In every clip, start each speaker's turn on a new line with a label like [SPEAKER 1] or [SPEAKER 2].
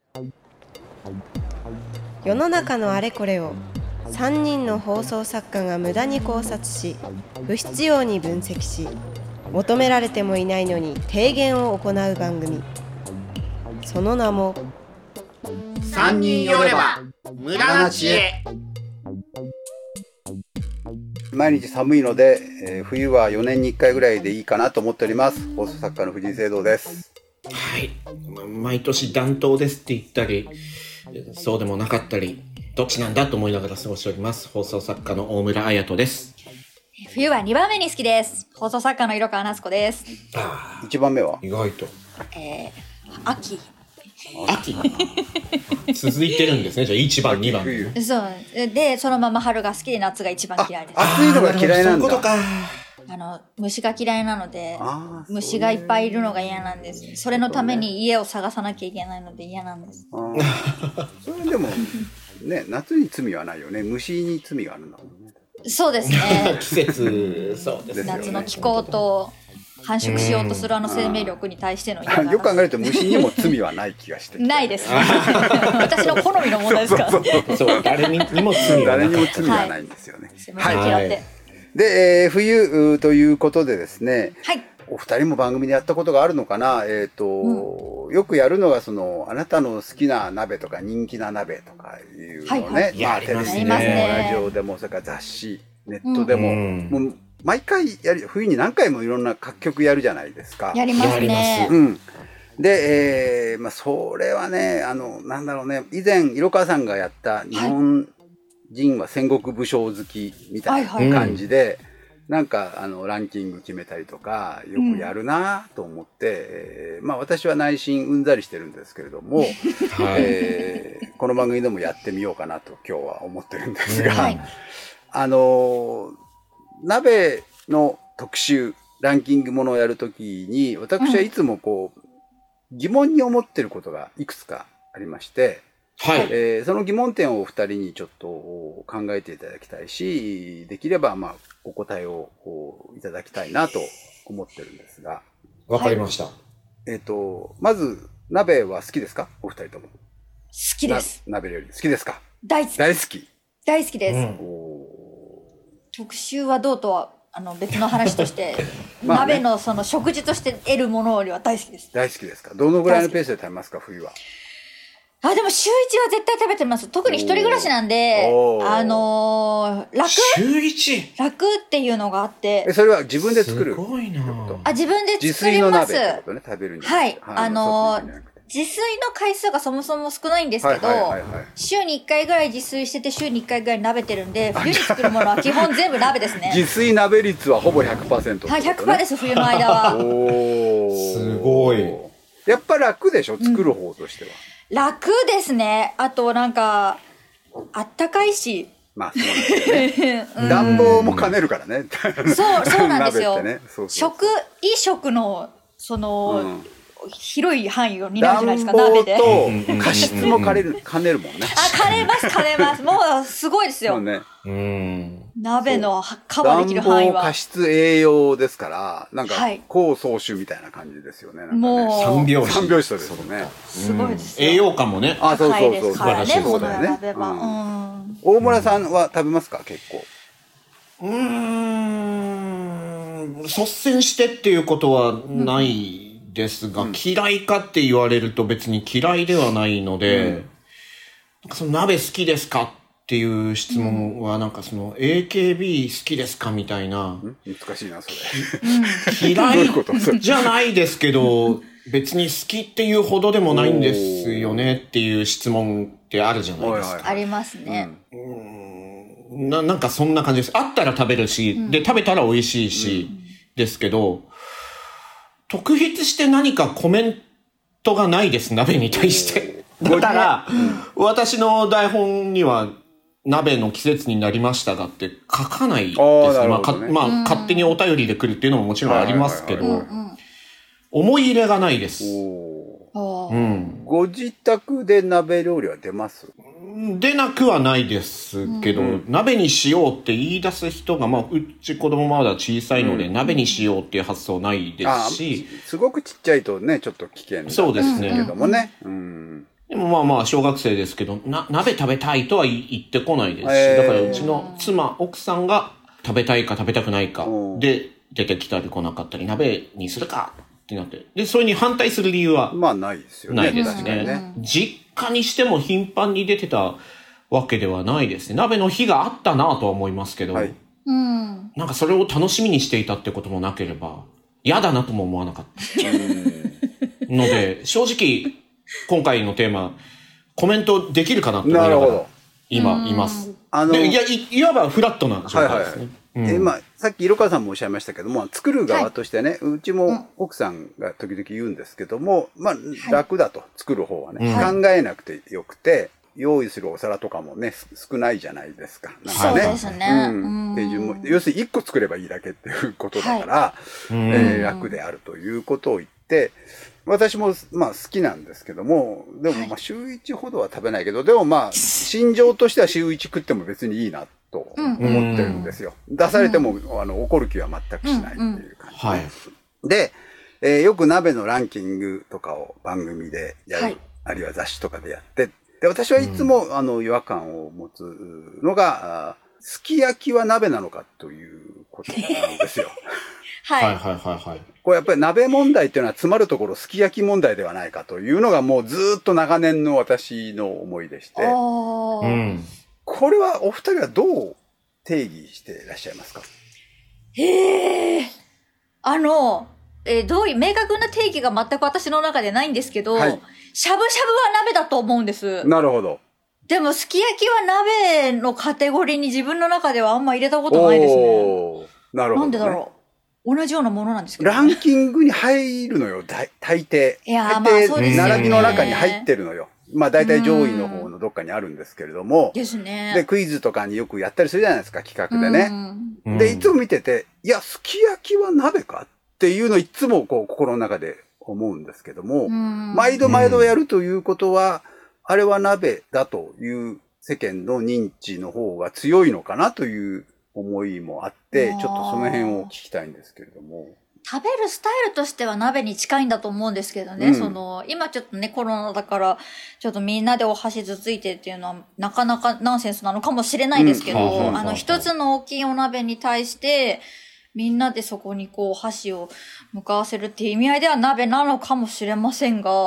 [SPEAKER 1] 世の中のあれこれを3人の放送作家が無駄に考察し、不必要に分析し、求められてもいないのに提言を行う番組。その名も
[SPEAKER 2] 3人よれば無駄な知恵。
[SPEAKER 3] 毎日寒いので、冬は4年に1回ぐらいでいいかなと思っております。放送作家の藤井聖堂です。
[SPEAKER 4] はい、毎年暖冬ですって言ったりそうでもなかったりどっちなんだと思いながら過ごしております。放送作家の大村彩人です。
[SPEAKER 5] 冬は2番目に好きです。放送作家の色川夏子です。
[SPEAKER 3] 1番目は
[SPEAKER 4] 意外と
[SPEAKER 5] 秋
[SPEAKER 4] 続いてるんですね。じゃあ1番2番
[SPEAKER 3] 冬。
[SPEAKER 5] そうで、そのまま春が好きで夏が一番嫌いです。
[SPEAKER 3] 暑いのが嫌いなんだ。
[SPEAKER 4] そういうことか。
[SPEAKER 5] 虫が嫌いなので、虫がいっぱいいるのが嫌なんです。それのために家を探さなきゃいけないので嫌なんです。
[SPEAKER 3] それでもね、夏に罪はないよね。虫に罪があるんだもんね。
[SPEAKER 5] そうですね。
[SPEAKER 4] 季節、そうですね。
[SPEAKER 5] 夏の気候と繁殖しようとする生命力に対しての嫌な
[SPEAKER 3] よく考えると虫にも罪はない気がして
[SPEAKER 5] ないです。私の好みの問題ですから。
[SPEAKER 4] そう、誰にも罪は
[SPEAKER 3] ないんですよね。
[SPEAKER 5] はい。
[SPEAKER 3] で、冬ということでですね、
[SPEAKER 5] はい、
[SPEAKER 3] お二人も番組でやったことがあるのかな。よくやるのがあなたの好きな鍋とか人気な鍋とかいうのね、テレビでもラジオでもそれから雑誌ネットでも、もう毎回冬に何回もいろんな各局やるじゃないですか。
[SPEAKER 5] やりますね。
[SPEAKER 3] で、それはね、なんだろうね、以前色川さんがやった日本人は戦国武将好きみたいな感じで、なんかランキング決めたりとかよくやるなと思って、私は内心うんざりしてるんですけれども、この番組でもやってみようかなと今日は思ってるんですが、鍋の特集ランキングものをやるときに私はいつも疑問に思ってることがいくつかありまして、その疑問点をお二人にちょっと考えていただきたいし、できればお答えをいただきたいなと思ってるんですが。
[SPEAKER 4] わかりました。
[SPEAKER 3] まず鍋は好きですか？お二人とも。
[SPEAKER 5] 好きです。
[SPEAKER 3] 鍋料理好きですか？
[SPEAKER 5] 大好き。
[SPEAKER 3] 大好き。
[SPEAKER 5] 大好きです。特集はどうとは別の話として、鍋のその食事として得るものよりは大好きです。
[SPEAKER 3] 大好きですか？どのぐらいのペースで食べますか？冬は。
[SPEAKER 5] でも週1は絶対食べてます。特に一人暮らしなんで、楽
[SPEAKER 4] 週 1？
[SPEAKER 5] 楽っていうのがあって。
[SPEAKER 3] それは自分で作る？
[SPEAKER 4] すごいな。
[SPEAKER 5] 自分で作ります。
[SPEAKER 3] 自炊の鍋ってことね、食べるには。
[SPEAKER 5] はい。自炊の回数がそもそも少ないんですけど、週に1回ぐらい自炊してて、週に1回ぐらい鍋てるんで、冬に作るものは基本全部鍋ですね。
[SPEAKER 3] 自炊鍋率はほぼ 100%、ね。
[SPEAKER 5] はい、100% です、冬の間は。
[SPEAKER 4] すごい。
[SPEAKER 3] やっぱ楽でしょ、作る方としては。
[SPEAKER 5] 楽ですね。あとなんか、あったかいし。
[SPEAKER 3] そうですよね。暖房も兼ねるからね。
[SPEAKER 5] そうなんですよ。
[SPEAKER 3] 鍋ってね。
[SPEAKER 5] 衣食の、広い範囲を担うじゃないですか、鍋で。
[SPEAKER 3] 暖房と加湿も兼ねるもんね。
[SPEAKER 5] 兼ねます。もうすごいですよ。
[SPEAKER 3] そうね。
[SPEAKER 5] 鍋のカバーできる範囲は。
[SPEAKER 3] 暖房、加湿、栄養ですから、なんか、功総集みたいな感じですよね。
[SPEAKER 5] もう、
[SPEAKER 4] 三拍子
[SPEAKER 3] ですよね。
[SPEAKER 5] すごいですよ。
[SPEAKER 4] 栄養価もね。
[SPEAKER 3] そう。
[SPEAKER 5] 素晴らしい
[SPEAKER 3] そうだよね。大村さんは食べますか？結構。
[SPEAKER 4] 率先してっていうことはないですが、嫌いかって言われると別に嫌いではないので、その鍋好きですかっていう質問はなんかAKB 好きですかみたいな。
[SPEAKER 3] 難しいな、そ
[SPEAKER 4] れ。嫌いじゃないですけど、別に好きっていうほどでもないんですよねっていう質問ってあるじゃないですか。
[SPEAKER 5] ありますね。
[SPEAKER 4] なんかそんな感じです。あったら食べるし、で、食べたら美味しいし、ですけど、特筆して何かコメントがないです、鍋に対して。だから、私の台本には、鍋の季節になりましたがって書かないですね。勝手にお便りで来るっていうのももちろんありますけど、思い入れがないです。
[SPEAKER 3] ご自宅で鍋料理は出ます？
[SPEAKER 4] 出なくはないですけど、鍋にしようって言い出す人が、うち子供まだ小さいので、鍋にしようっていう発想ないですし、
[SPEAKER 3] すごくちっちゃいとね、ちょっと危険なんですけどもね。
[SPEAKER 4] でもまあまあ小学生ですけど、鍋食べたいとは言ってこないですし、だからうちの奥さんが食べたいか食べたくないかで出てきたり来なかったり、鍋にするかってなって、でそれに反対する理由は
[SPEAKER 3] まあないですよね。
[SPEAKER 4] ないですね。実家にしても頻繁に出てたわけではないですね。鍋の日があったなとは思いますけど、はい、なんかそれを楽しみにしていたってこともなければ嫌だなとも思わなかったので、正直今回のテーマコメントできるかなと思いながら今います。いわばフラットな状態ですね。
[SPEAKER 3] さっき色川さんもおっしゃいましたけども、作る側としてね、うちも奥さんが時々言うんですけども、まあ楽だと、作る方はね、考えなくてよくて、用意するお皿とかもね、少ないじゃないですか。なんかね、
[SPEAKER 5] そうですね。
[SPEAKER 3] 手順も、要するに1個作ればいいだけっていうことだから、楽であるということを言って、私もまあ好きなんですけども、でもまあ週1ほどは食べないけど、でもまあ心情としては週1食っても別にいいなと思ってるんですよ。出されても怒る気は全くしないっていう感じで。よく鍋のランキングとかを番組でやる、あるいは雑誌とかでやって、で私はいつも違和感を持つのが、すき焼きは鍋なのかということなんですよ。これやっぱり鍋問題っていうのは詰まるところすき焼き問題ではないかというのがもうずっと長年の私の思いでして、これはお二人はどう定義していらっしゃいますか？
[SPEAKER 5] どういう明確な定義が全く私の中でないんですけど、しゃぶしゃぶは鍋だと思うんです。
[SPEAKER 3] なるほど。
[SPEAKER 5] でもすき焼きは鍋のカテゴリーに自分の中ではあんま入れたことないですね。
[SPEAKER 3] なるほど、ね。
[SPEAKER 5] なんでだろう。同じようなものなんですけど、ね。
[SPEAKER 3] ランキングに入るのよ、大抵。
[SPEAKER 5] いや、まあそうですね。
[SPEAKER 3] 並びの中に入ってるのよ。まあ大体上位の方のどっかにあるんですけれども。
[SPEAKER 5] ですね。
[SPEAKER 3] で、クイズとかによくやったりするじゃないですか、企画でね。で、いつも見てて、いや、すき焼きは鍋かっていうのをいつもこう心の中で思うんですけども、毎度毎度やるということは、あれは鍋だという世間の認知の方が強いのかなという思いもあって、ちょっとその辺を聞きたいんですけれども。
[SPEAKER 5] 食べるスタイルとしては鍋に近いんだと思うんですけどね。今ちょっとね、コロナだから、ちょっとみんなでお箸ずついてっていうのは、なかなかナンセンスなのかもしれないですけど、一つの大きいお鍋に対して、みんなでそこにこう箸を向かわせるっていう意味合いでは鍋なのかもしれませんが。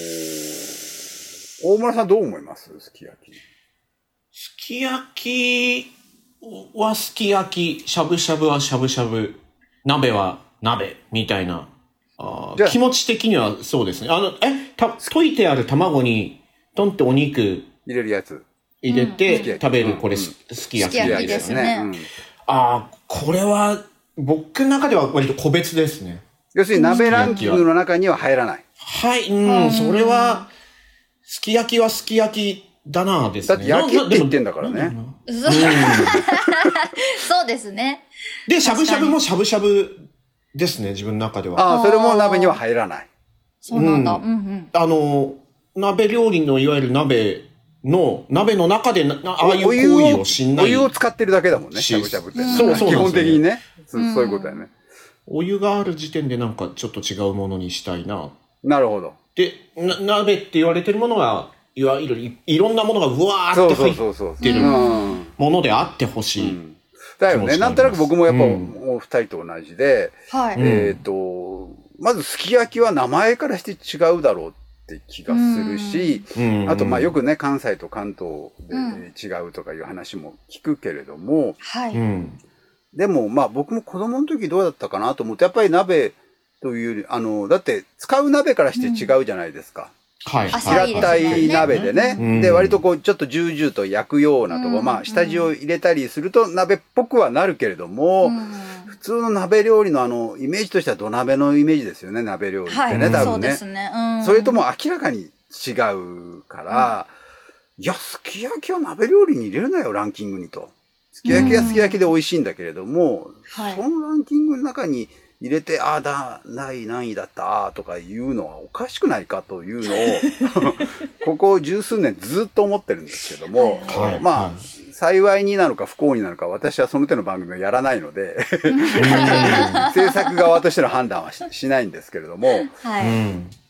[SPEAKER 3] 大村さんどう思います？すき焼き。
[SPEAKER 4] すき焼きはすき焼き、しゃぶしゃぶはしゃぶしゃぶ、鍋は鍋みたいな。気持ち的にはそうですね。溶いてある卵にトンってお肉
[SPEAKER 3] 入れるやつ
[SPEAKER 4] 入れて食べる、これすき焼き
[SPEAKER 5] ですね。
[SPEAKER 4] これは僕の中では割と個別ですね。
[SPEAKER 3] 要するに鍋ランキングの中には入らない。
[SPEAKER 4] はい、それはすき焼きはすき焼きだなですね。
[SPEAKER 3] だって焼きって言ってんだからね。
[SPEAKER 5] そうですね。
[SPEAKER 4] で、しゃぶしゃぶもしゃぶしゃぶですね、自分の中では。
[SPEAKER 3] それも鍋には入らない。
[SPEAKER 5] そうなんだ。
[SPEAKER 4] 鍋料理のいわゆる鍋の中でああいう行為をしない。
[SPEAKER 3] お湯を使ってるだけだもんね、しゃぶしゃぶって。
[SPEAKER 4] そう
[SPEAKER 3] 基本的にね。そういうことだよね。
[SPEAKER 4] お湯がある時点でなんかちょっと違うものにしたいな。
[SPEAKER 3] なるほど。
[SPEAKER 4] で、鍋って言われてるものが、いわゆるいろんなものがうわーって入ってるものであってほしい。
[SPEAKER 3] だよね。なんとなく僕もやっぱお二人と同じで、まずすき焼きは名前からして違うだろうって気がするし、あとまあよくね、関西と関東で違うとかいう話も聞くけれども、でもまあ僕も子供の時どうだったかなと思って、やっぱり鍋というより、だって使う鍋からして違うじゃないですか。平たい鍋でね。で、割とこう、ちょっとジュージューと焼くようなとこ、まあ、下地を入れたりすると鍋っぽくはなるけれども、普通の鍋料理のイメージとしては土鍋のイメージですよね、鍋料理ってね、多分ね。
[SPEAKER 5] そうですね。
[SPEAKER 3] それとも明らかに違うから、いや、すき焼きは鍋料理に入れるなよ、ランキングにと。すき焼きはすき焼きで美味しいんだけれども、そのランキングの中に、入れて、何位だったとかいうのはおかしくないかというのを、ここ十数年ずっと思ってるんですけども、まあ、幸いになのか不幸になのか、私はその手の番組をやらないので、制作側としての判断はしないんですけれども、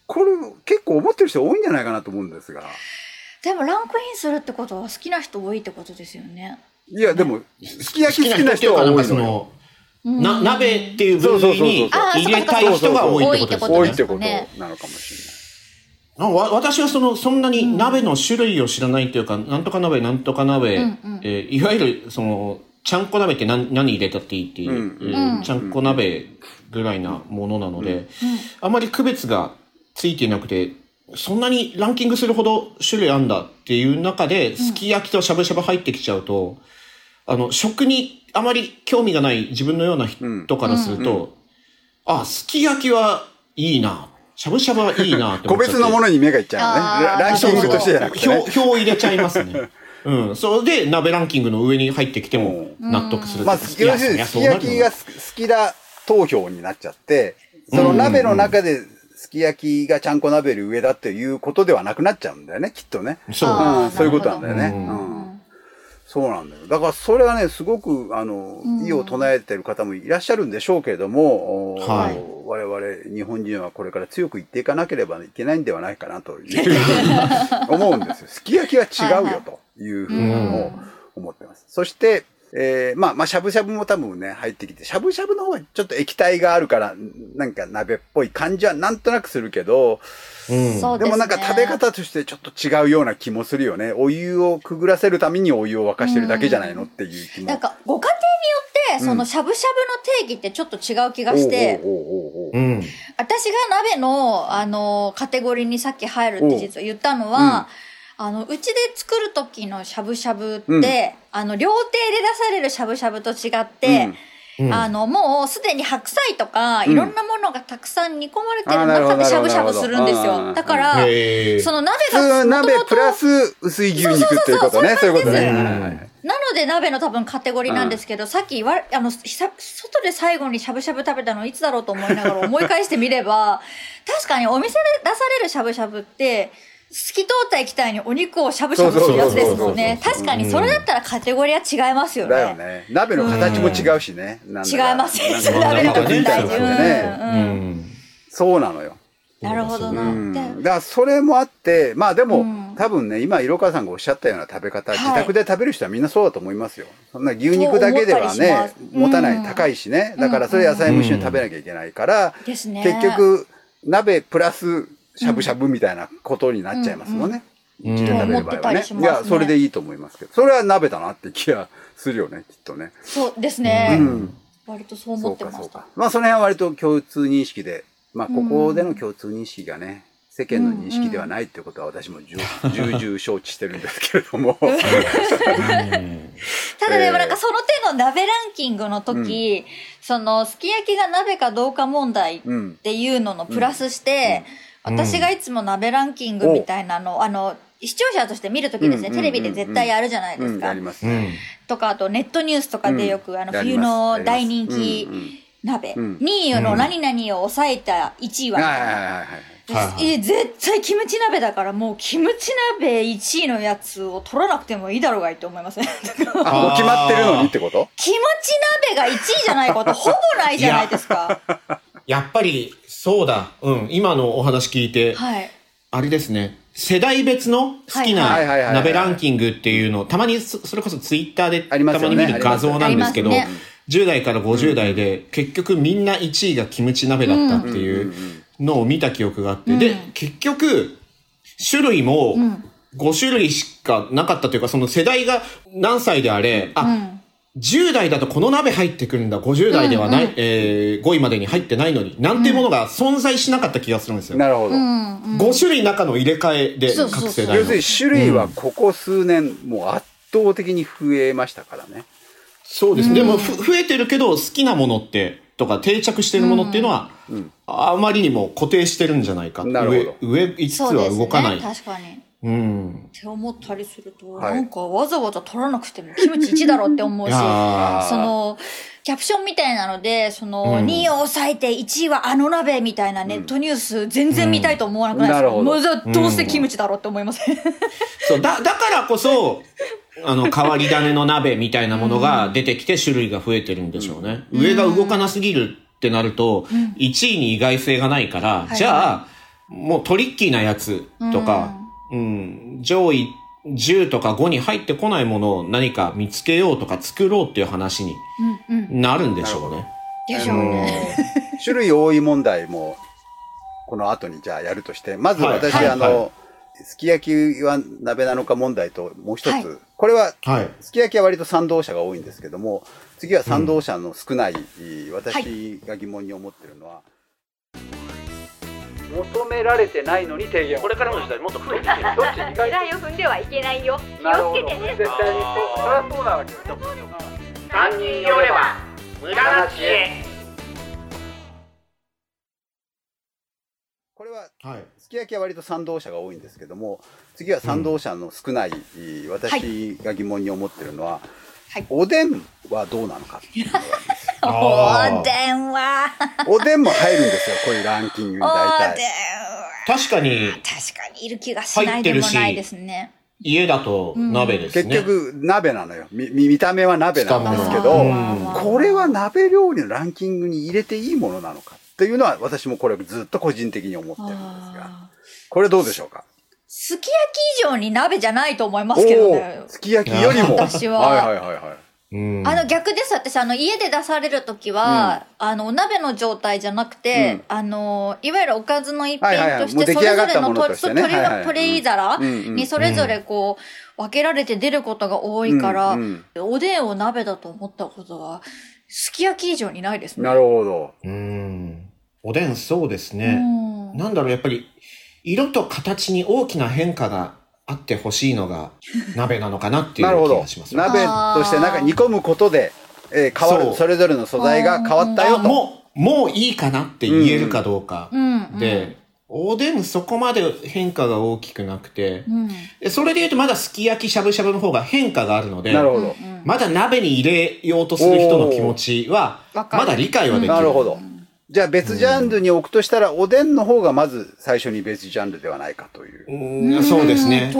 [SPEAKER 3] これ結構思ってる人多いんじゃないかなと思うんですが。
[SPEAKER 5] でもランクインするってことは好きな人多いってことですよね。
[SPEAKER 3] いや、でも、すき焼き好きな人は多いのよ。
[SPEAKER 4] 鍋っていう部類に入れたい人が多いってことですね。
[SPEAKER 3] 多いってことなのかもしれない。
[SPEAKER 4] 私はそんなに鍋の種類を知らないというか、なんとか鍋、なんとか鍋、いわゆるちゃんこ鍋って何入れたっていいっていう、ちゃんこ鍋ぐらいなものなので、あまり区別がついていなくて、そんなにランキングするほど種類あんだっていう中で、すき焼きとしゃぶしゃぶ入ってきちゃうと、食にあまり興味がない自分のような人からすると、すき焼きはいいな、しゃぶしゃぶはいいなって
[SPEAKER 3] 個別のものに目がいっちゃうのね。ランキングとしてじゃなくて、ね。
[SPEAKER 4] 票を入れちゃいますね。それで鍋ランキングの上に入ってきても納得する。
[SPEAKER 3] 要するにすき焼きが好きだ投票になっちゃって、その鍋の中ですき焼きがちゃんこ鍋より上だっていうことではなくなっちゃうんだよね、きっとね。そういうことなんだよね。そうなんだよ。だからそれはね、すごく、意を唱えてる方もいらっしゃるんでしょうけれども、我々日本人はこれから強く言っていかなければいけないんではないかなというふうに思うんですよ。すき焼きは違うよというふうに思ってます。そして、しゃぶしゃぶも多分ね、入ってきて、しゃぶしゃぶの方がちょっと液体があるから、なんか鍋っぽい感じはなんとなくするけど、でもなんか食べ方としてちょっと違うような気もするよね。お湯をくぐらせるためにお湯を沸かしてるだけじゃないのっていう気も。
[SPEAKER 5] なんかご家庭によって、そのしゃぶしゃぶの定義ってちょっと違う気がして、私が鍋の、カテゴリーにさっき入るって実は言ったのは、うちで作る時のしゃぶしゃぶって、料亭で出されるしゃぶしゃぶと違って、もうすでに白菜とか、いろんなものがたくさん煮込まれてる中でしゃぶしゃぶするんですよ。だから、その鍋が
[SPEAKER 3] 普通鍋プラス薄い牛肉っていうことね。そういうことね。
[SPEAKER 5] なので鍋の多分カテゴリーなんですけど、さっき外で最後にしゃぶしゃぶ食べたのいつだろうと思いながら思い返してみれば、確かにお店で出されるしゃぶしゃぶって、透き通った液体にお肉をしゃぶしゃぶするやつですもんね。確かにそれだったらカテゴリーは違いますよね。
[SPEAKER 3] だよね。鍋の形も違うしね。
[SPEAKER 5] 違いますね。鍋の形ね。
[SPEAKER 3] そうなのよ。
[SPEAKER 5] なるほどな。
[SPEAKER 3] だからそれもあって、でも、多分ね、今、色川さんがおっしゃったような食べ方、自宅で食べる人はみんなそうだと思いますよ。そんな牛肉だけではね、持たない、高いしね。だからそれ野菜も一緒に食べなきゃいけないから、結局、鍋プラス、しゃぶしゃぶみたいなことになっちゃいますもんね。うちで食べる場合はね。いや、それでいいと思いますけど。それは鍋だなって気がするよね、きっとね。
[SPEAKER 5] そうですね。割とそう思ってました。その
[SPEAKER 3] 辺は割と共通認識で、ここでの共通認識がね、世間の認識ではないっていうことは私も重々承知してるんですけれども。
[SPEAKER 5] ただでもなんかその手の鍋ランキングの時、そのすき焼きが鍋かどうか問題っていうののプラスして、私がいつも鍋ランキングみたいなの、視聴者として見るときですね、テレビで絶対やるじゃないですか。
[SPEAKER 3] ありますね。
[SPEAKER 5] とか、あとネットニュースとかでよく、冬の大人気鍋。2位の何々を抑えた1位は、絶対キムチ鍋だから、もうキムチ鍋1位のやつを取らなくてもいいだろうがいって思いますね。
[SPEAKER 3] もう決まってるのにってこと？
[SPEAKER 5] キムチ鍋が1位じゃないことほぼないじゃないですか。
[SPEAKER 4] やっぱり、そうだ。今のお話聞いて、あれですね。世代別の好きな鍋ランキングっていうのを、たまにそれこそツイッターでたまに見る画像なんですけど、10代から50代で結局みんな1位がキムチ鍋だったっていうのを見た記憶があって、で、結局、種類も5種類しかなかったというか、その世代が何歳であれ、10代だとこの鍋入ってくるんだ、50代ではない、5位までに入ってないのに、なんていうものが存在しなかった気がするんですよ。
[SPEAKER 3] なるほど。
[SPEAKER 4] 5種類中の入れ替えで、各世代の。
[SPEAKER 3] 要するに種類はここ数年、もう圧倒的に増えましたからね。
[SPEAKER 4] そうです。でも、増えてるけど、好きなものって、とか定着してるものっていうのは、あまりにも固定してるんじゃないか。
[SPEAKER 3] なるほど。
[SPEAKER 4] 上5つは動かない。
[SPEAKER 5] 確かに。って思ったりすると、なんかわざわざ取らなくてもキムチ1だろって思うし、その、キャプションみたいなので、その、2位を抑えて1位はあの鍋みたいなネットニュース全然見たいと思わなくないですか？もうどうしてキムチだろうって思いますね。
[SPEAKER 4] そう、だからこそ、変わり種の鍋みたいなものが出てきて種類が増えてるんでしょうね。上が動かなすぎるってなると、1位に意外性がないから、じゃあ、 もうトリッキーなやつとか、上位10とか5に入ってこないものを何か見つけようとか作ろうっていう話になるんでしょうね。
[SPEAKER 5] でしょうね。
[SPEAKER 3] 種類多い問題もこの後にじゃあやるとして、まず私、すき焼きは鍋なのか問題ともう一つ、これは、すき焼きは割と賛同者が多いんですけども、次は賛同者の少ない、私が疑問に思ってるのは、求められてないのに提言。
[SPEAKER 4] これからの時代もっと増えていける。
[SPEAKER 3] どっちに
[SPEAKER 6] 地雷を踏んではいけないよ。気をつけてね。
[SPEAKER 3] 絶対にそりゃそうなわけよ。
[SPEAKER 2] 三人寄れば無駄な知恵。
[SPEAKER 3] これは、すき焼きは割と賛同者が多いんですけども、次は賛同者の少ない、私が疑問に思ってるのは、おでんはどうなのかっていうのがあるんですよ。
[SPEAKER 5] おでんは
[SPEAKER 3] おでんも入るんですよ、こういうランキングに大体。
[SPEAKER 5] おでん
[SPEAKER 4] 確かに
[SPEAKER 5] いる気がしないでもないですね。
[SPEAKER 4] 家だと鍋ですね。
[SPEAKER 3] 結局鍋なのよ。見た目は鍋なんですけど、これは鍋料理のランキングに入れていいものなのかっていうのは私もこれずっと個人的に思ってるんですが、これどうでしょうか。
[SPEAKER 5] すき焼き以上に鍋じゃないと思いますけどね。
[SPEAKER 3] すき焼きよりも。
[SPEAKER 5] 私は。
[SPEAKER 3] 逆
[SPEAKER 5] です。私、家で出されるときは、お鍋の状態じゃなくて、いわゆるおかずの一品として、それぞれのトレイ皿にそれぞれこう、分けられて出ることが多いから、おでんを鍋だと思ったことは、すき焼き以上にないですね。
[SPEAKER 3] なるほど。
[SPEAKER 4] おでんそうですね。なんだろう、やっぱり、色と形に大きな変化があってほしいのが鍋なのかなっていう気がします。
[SPEAKER 3] 鍋としてなんか煮込むことで、変わる、それぞれの素材が変わったよと。
[SPEAKER 4] もういいかなって言えるかどうか。で、おでんそこまで変化が大きくなくて、それで言うとまだすき焼きしゃぶしゃぶの方が変化があるので、まだ鍋に入れようとする人の気持ちは、まだ理解はできる。
[SPEAKER 3] なるほど。じゃあ別ジャンルに置くとしたら、おでんの方がまず最初に別ジャンルではないかという。
[SPEAKER 4] そうですね。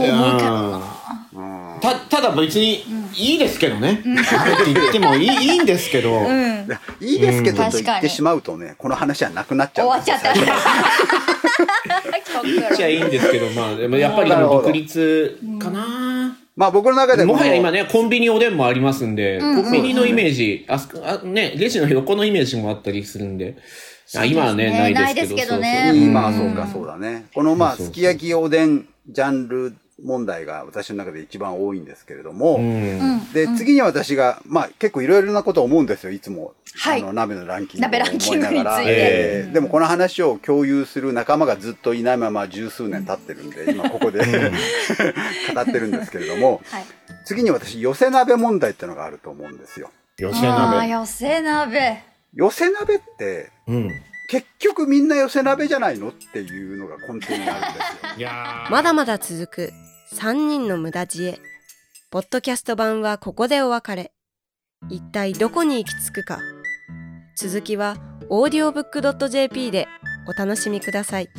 [SPEAKER 4] ただ別にいいですけどね。って言ってもいいんですけど。
[SPEAKER 3] いいですけどと言ってしまうとね、この話はなくなっちゃうんですよ。
[SPEAKER 5] 終わっちゃった。
[SPEAKER 4] 言っちゃいいんですけど、まあ、でもやっぱり独立かな。
[SPEAKER 3] まあ僕の中で
[SPEAKER 4] もはや今ね、コンビニおでんもありますんで、コンビニのイメージ、ね、レジの横のイメージもあったりするんで、今はね、ないですけどね。
[SPEAKER 3] まあそうか、そうだね。このまあ、すき焼きおでんジャンル問題が私の中で一番多いんですけれども、で、次に私が、まあ結構いろいろなことを思うんですよ、いつも。鍋のランキングを思いながら。でもこの話を共有する仲間がずっといないまま十数年経ってるんで、今ここで語ってるんですけれども、次に私、寄せ鍋問題ってのがあると思うんですよ。
[SPEAKER 4] 寄せ鍋。
[SPEAKER 5] 寄せ鍋。
[SPEAKER 3] 寄せ鍋って、結局みんな寄せ鍋じゃないのっていうのが根底にあるんですよ。
[SPEAKER 1] まだまだ続く3人の無駄知恵。ポッドキャスト版はここでお別れ。一体どこに行き着くか。続きは audiobook.jp でお楽しみください。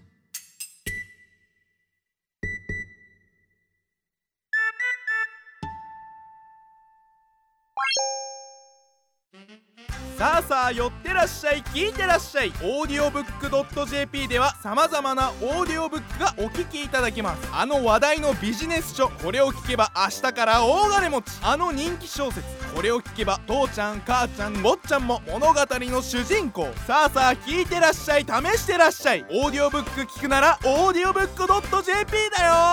[SPEAKER 7] さあさあ寄ってらっしゃい、聞いてらっしゃい。audiobook.jp では様々なオーディオブックがお聞きいただけます。あの話題のビジネス書、これを聞けば明日から大金持ち。あの人気小説、これを聞けば父ちゃん母ちゃん坊ちゃんも物語の主人公。さあさあ聞いてらっしゃい、試してらっしゃい。オーディオブック聞くなら audiobook.jp だよ。